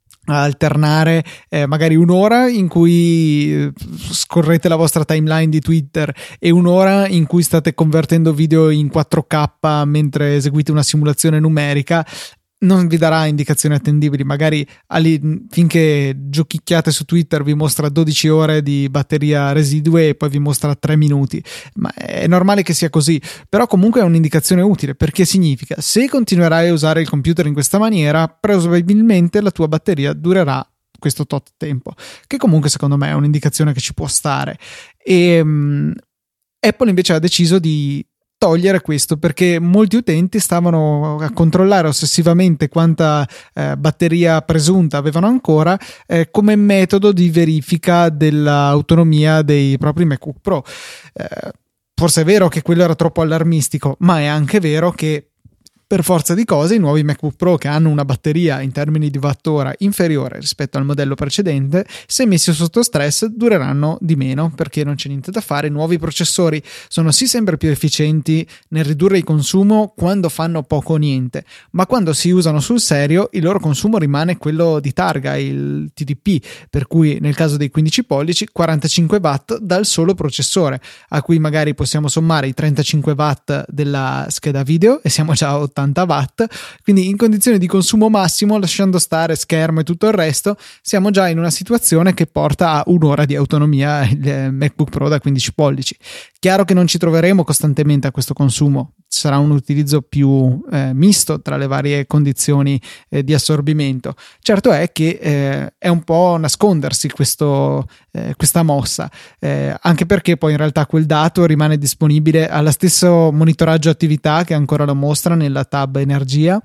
a alternare eh, magari un'ora in cui scorrete la vostra timeline di Twitter e un'ora in cui state convertendo video in quattro K mentre eseguite una simulazione numerica, non vi darà indicazioni attendibili. Magari ali, finché giochicchiate su Twitter vi mostra dodici ore di batteria residue e poi vi mostra tre minuti, ma è normale che sia così, però comunque è un'indicazione utile, perché significa se continuerai a usare il computer in questa maniera probabilmente la tua batteria durerà questo tot tempo, che comunque secondo me è un'indicazione che ci può stare. E um, Apple invece ha deciso di togliere questo, perché molti utenti stavano a controllare ossessivamente quanta eh, batteria presunta avevano ancora eh, come metodo di verifica dell'autonomia dei propri MacBook Pro. Eh, forse è vero che quello era troppo allarmistico, ma è anche vero che per forza di cose i nuovi MacBook Pro che hanno una batteria in termini di watt-ora inferiore rispetto al modello precedente, se messi sotto stress dureranno di meno, perché non c'è niente da fare. I nuovi processori sono sì sempre più efficienti nel ridurre il consumo quando fanno poco o niente, ma quando si usano sul serio il loro consumo rimane quello di targa, il T D P, per cui nel caso dei quindici pollici quarantacinque watt dal solo processore, a cui magari possiamo sommare i trentacinque watt della scheda video e siamo già a ottanta watt, quindi in condizioni di consumo massimo, lasciando stare schermo e tutto il resto, siamo già in una situazione che porta a un'ora di autonomia il MacBook Pro da quindici pollici. Chiaro che non ci troveremo costantemente a questo consumo, sarà un utilizzo più eh, misto tra le varie condizioni eh, di assorbimento. Certo è che eh, è un po' nascondersi questo, eh, questa mossa, eh, anche perché poi in realtà quel dato rimane disponibile allo stesso monitoraggio attività che ancora lo mostra nella tab energia,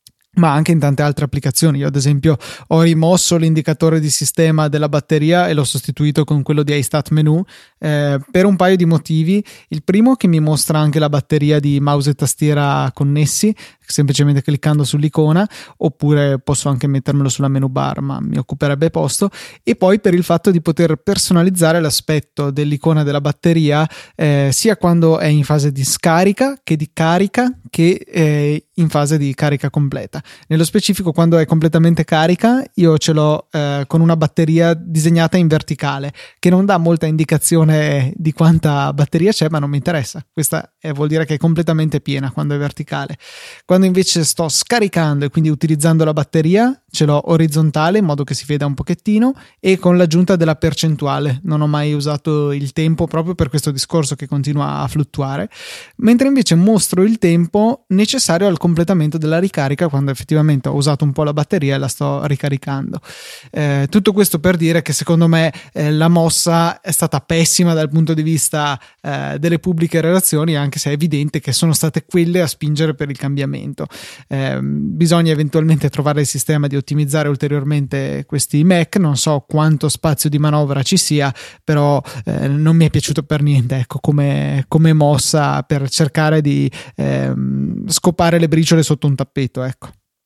ma anche in tante altre applicazioni. Io ad esempio ho rimosso l'indicatore di sistema della batteria e l'ho sostituito con quello di iStat menu eh, per un paio di motivi. Il primo, che mi mostra anche la batteria di mouse e tastiera connessi semplicemente cliccando sull'icona, oppure posso anche mettermelo sulla menu bar, ma mi occuperebbe posto. E poi per il fatto di poter personalizzare l'aspetto dell'icona della batteria eh, sia quando è in fase di scarica che di carica che eh, in fase di carica completa. Nello specifico, quando è completamente carica, io ce l'ho eh, con una batteria disegnata in verticale, che non dà molta indicazione di quanta batteria c'è, ma non mi interessa. Questa è, vuol dire che è completamente piena quando è verticale. Quando invece sto scaricando e quindi utilizzando la batteria, ce l'ho orizzontale in modo che si veda un pochettino e con l'aggiunta della percentuale. Non ho mai usato il tempo proprio per questo discorso che continua a fluttuare, mentre invece mostro il tempo necessario al completamento della ricarica quando effettivamente ho usato un po' la batteria e la sto ricaricando. Eh, tutto questo per dire che secondo me eh, la mossa è stata pessima dal punto di vista eh, delle pubbliche relazioni, anche se è evidente che sono state quelle a spingere per il cambiamento. Eh, bisogna eventualmente trovare il sistema di ottimizzare ulteriormente questi Mac. Non so quanto spazio di manovra ci sia, però eh, non mi è piaciuto per niente, ecco, come, come mossa per cercare di eh, scopare le briciole sotto un tappeto, ecco.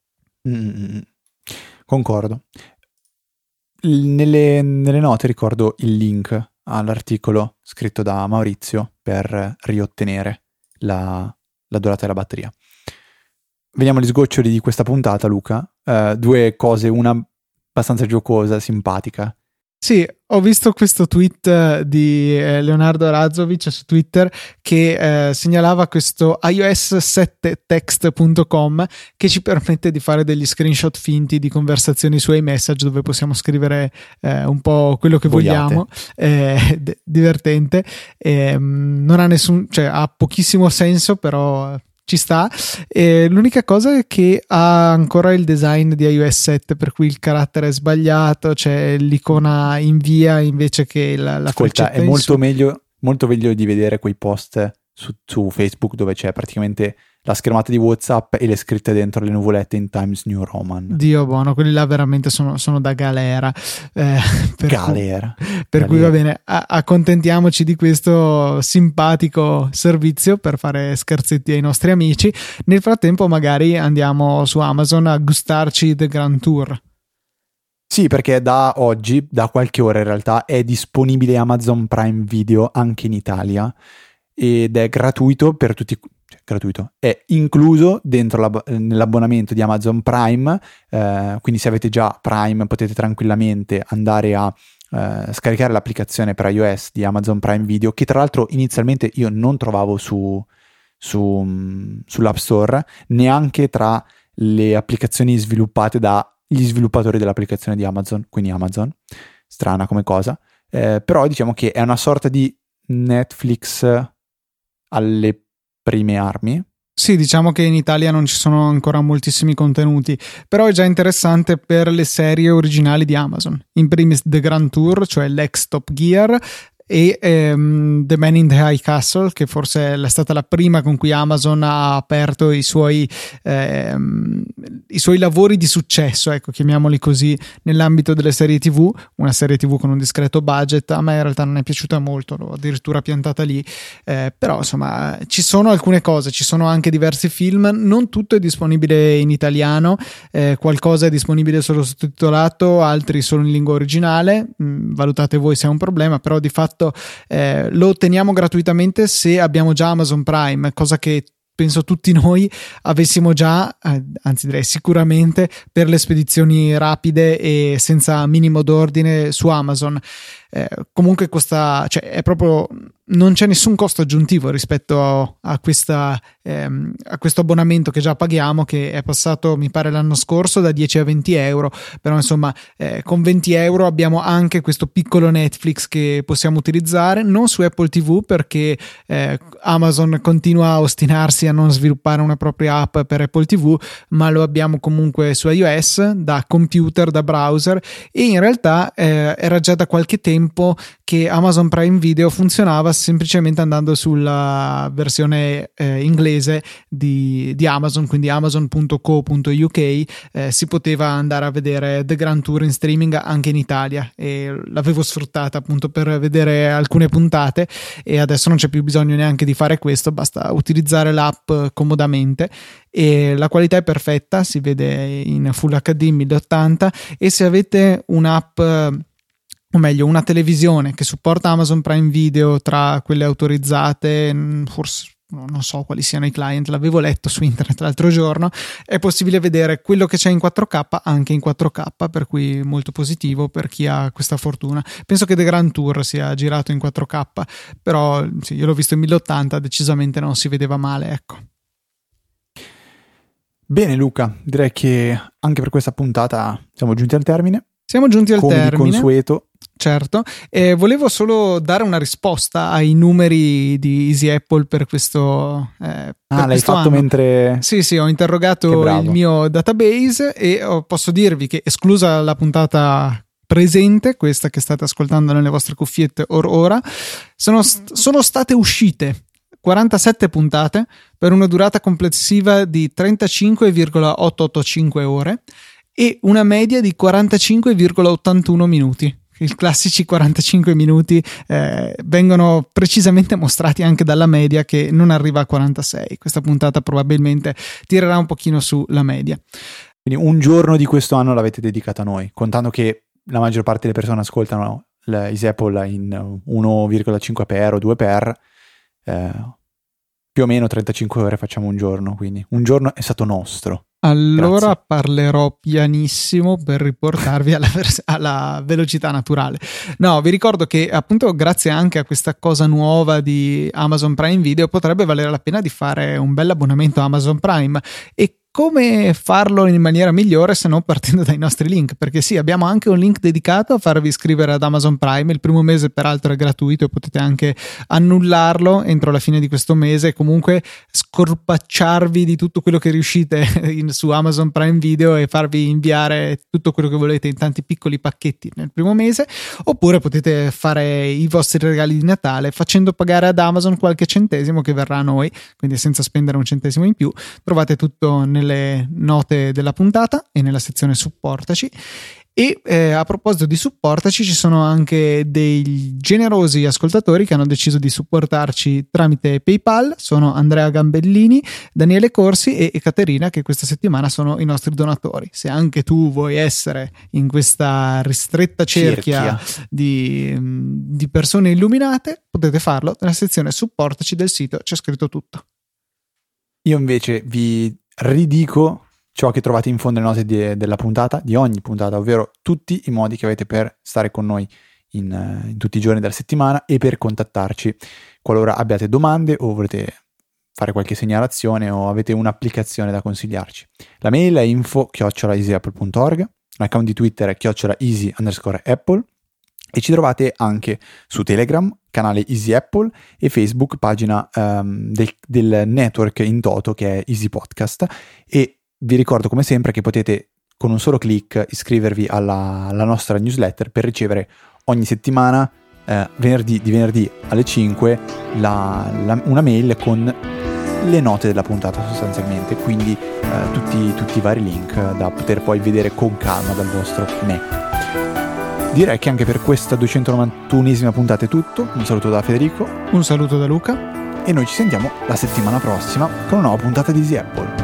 Mm, concordo. Nelle, nelle note ricordo il link all'articolo scritto da Maurizio per riottenere la, la durata della batteria. Veniamo agli sgoccioli di questa puntata, Luca. Uh, due cose, una abbastanza giocosa, simpatica. Sì, ho visto questo tweet di Leonardo Razovic su Twitter che eh, segnalava questo i o s sette text punto com che ci permette di fare degli screenshot finti di conversazioni su iMessage dove possiamo scrivere eh, un po' quello che Vogliate. vogliamo, eh, d- divertente, eh, non ha nessun, cioè ha pochissimo senso, però ci sta. E l'unica cosa è che ha ancora il design di i o s sette, per cui il carattere è sbagliato, c'è l'icona invia invece che la, la Ascolta, è molto meglio, molto meglio di vedere quei post su, su Facebook dove c'è praticamente la schermata di WhatsApp e le scritte dentro le nuvolette in Times New Roman. Dio buono, quelli là veramente sono, sono da galera. Eh, per galera. Cui, per galera. cui va bene, a- accontentiamoci di questo simpatico servizio per fare scherzetti ai nostri amici. Nel frattempo magari andiamo su Amazon a gustarci The Grand Tour. Sì, perché da oggi, da qualche ora in realtà, è disponibile Amazon Prime Video anche in Italia ed è gratuito per tutti. Gratuito, è incluso dentro l'abb- nell'abbonamento di Amazon Prime, eh, quindi se avete già Prime potete tranquillamente andare a eh, scaricare l'applicazione per iOS di Amazon Prime Video, che tra l'altro inizialmente io non trovavo su, su, sull'App Store, neanche tra le applicazioni sviluppate dagli sviluppatori dell'applicazione di Amazon, quindi Amazon, strana come cosa, eh, però diciamo che è una sorta di Netflix alle prime armi. Sì, diciamo che in Italia non ci sono ancora moltissimi contenuti, però è già interessante per le serie originali di Amazon. In primis The Grand Tour, cioè l'ex Top Gear, e ehm, The Man in the High Castle, che forse è stata la prima con cui Amazon ha aperto i suoi ehm, i suoi lavori di successo, ecco, chiamiamoli così, nell'ambito delle serie tv. Una serie tv con un discreto budget, a me in realtà non è piaciuta molto, l'ho addirittura piantata lì, eh, però insomma ci sono alcune cose, ci sono anche diversi film, non tutto è disponibile in italiano, eh, qualcosa è disponibile solo sottotitolato, altri solo in lingua originale, mm, valutate voi se è un problema, però di fatto Eh, lo otteniamo gratuitamente se abbiamo già Amazon Prime, cosa che penso tutti noi avessimo già, eh, anzi direi sicuramente, per le spedizioni rapide e senza minimo d'ordine su Amazon. Eh, comunque costa, cioè è proprio, non c'è nessun costo aggiuntivo rispetto a, a, questa, ehm, a questo abbonamento che già paghiamo, che è passato mi pare l'anno scorso da dieci a venti euro, però insomma eh, con venti euro abbiamo anche questo piccolo Netflix che possiamo utilizzare, non su Apple tivù perché eh, Amazon continua a ostinarsi a non sviluppare una propria app per Apple tivù, ma lo abbiamo comunque su iOS, da computer, da browser, e in realtà eh, era già da qualche tempo che Amazon Prime Video funzionava semplicemente andando sulla versione eh, inglese di, di Amazon, quindi amazon punto co punto u k, eh, si poteva andare a vedere The Grand Tour in streaming anche in Italia, e l'avevo sfruttata appunto per vedere alcune puntate, e adesso non c'è più bisogno neanche di fare questo, basta utilizzare l'app comodamente e la qualità è perfetta, si vede in Full H D mille ottanta, e se avete un'app, o meglio una televisione che supporta Amazon Prime Video tra quelle autorizzate, forse non so quali siano i client, l'avevo letto su internet l'altro giorno, è possibile vedere quello che c'è in quattro K anche in quattro K, per cui molto positivo per chi ha questa fortuna. Penso che The Grand Tour sia girato in quattro K, però sì, io l'ho visto in mille ottanta, decisamente non si vedeva male, ecco. Bene Luca, direi che anche per questa puntata siamo giunti al termine. Siamo giunti al Come termine. Come di consueto. Certo, e volevo solo dare una risposta ai numeri di Easy Apple per questo eh, per Ah, l'hai fatto anno. mentre... Sì, sì, ho interrogato il mio database e posso dirvi che, esclusa la puntata presente, questa che state ascoltando nelle vostre cuffiette or ora, sono, sono state uscite quarantasette puntate per una durata complessiva di trentacinque virgola ottocentottantacinque ore e una media di quarantacinque virgola ottantuno minuti. I classici quarantacinque minuti eh, vengono precisamente mostrati anche dalla media, che non arriva a quarantasei. Questa puntata probabilmente tirerà un pochino su la media. Quindi un giorno di questo anno l'avete dedicato a noi, contando che la maggior parte delle persone ascoltano Easy Apple in uno virgola cinque per o due per, eh, più o meno trentacinque ore facciamo un giorno, quindi un giorno è stato nostro. Allora Grazie. parlerò pianissimo per riportarvi alla, vers- alla velocità naturale. No, vi ricordo che appunto grazie anche a questa cosa nuova di Amazon Prime Video potrebbe valere la pena di fare un bel abbonamento a Amazon Prime. E come farlo in maniera migliore se non partendo dai nostri link? Perché sì, abbiamo anche un link dedicato a farvi iscrivere ad Amazon Prime. Il primo mese peraltro è gratuito e potete anche annullarlo entro la fine di questo mese e comunque scorpacciarvi di tutto quello che riuscite in, su Amazon Prime Video e farvi inviare tutto quello che volete in tanti piccoli pacchetti nel primo mese. Oppure potete fare i vostri regali di Natale facendo pagare ad Amazon qualche centesimo che verrà a noi, quindi senza spendere un centesimo in più. Trovate tutto nel le note della puntata e nella sezione supportaci. E eh, a proposito di supportaci, ci sono anche dei generosi ascoltatori che hanno deciso di supportarci tramite PayPal. Sono Andrea Gambellini, Daniele Corsi e Caterina, che questa settimana sono i nostri donatori. Se anche tu vuoi essere in questa ristretta cerchia, cerchia. Di, di persone illuminate, potete farlo nella sezione supportaci del sito, c'è scritto tutto. Io invece vi ridico ciò che trovate in fondo alle note di, della puntata, di ogni puntata, ovvero tutti i modi che avete per stare con noi in, in tutti i giorni della settimana e per contattarci qualora abbiate domande o volete fare qualche segnalazione o avete un'applicazione da consigliarci. La mail è info chiocciola easyapple punto org, l'account di Twitter è chiocciola easy underscore apple e ci trovate anche su Telegram, canale Easy Apple, e Facebook, pagina um, del, del network in toto che è Easy Podcast. E vi ricordo come sempre che potete con un solo click iscrivervi alla, alla nostra newsletter per ricevere ogni settimana, eh, venerdì, di venerdì alle cinque, la, la, una mail con le note della puntata sostanzialmente, quindi eh, tutti, tutti i vari link da poter poi vedere con calma dal vostro Mac. Direi che anche per questa duecentonovantunesima puntata è tutto. Un saluto da Federico. Un saluto da Luca. E noi ci sentiamo la settimana prossima con una nuova puntata di Easy Apple.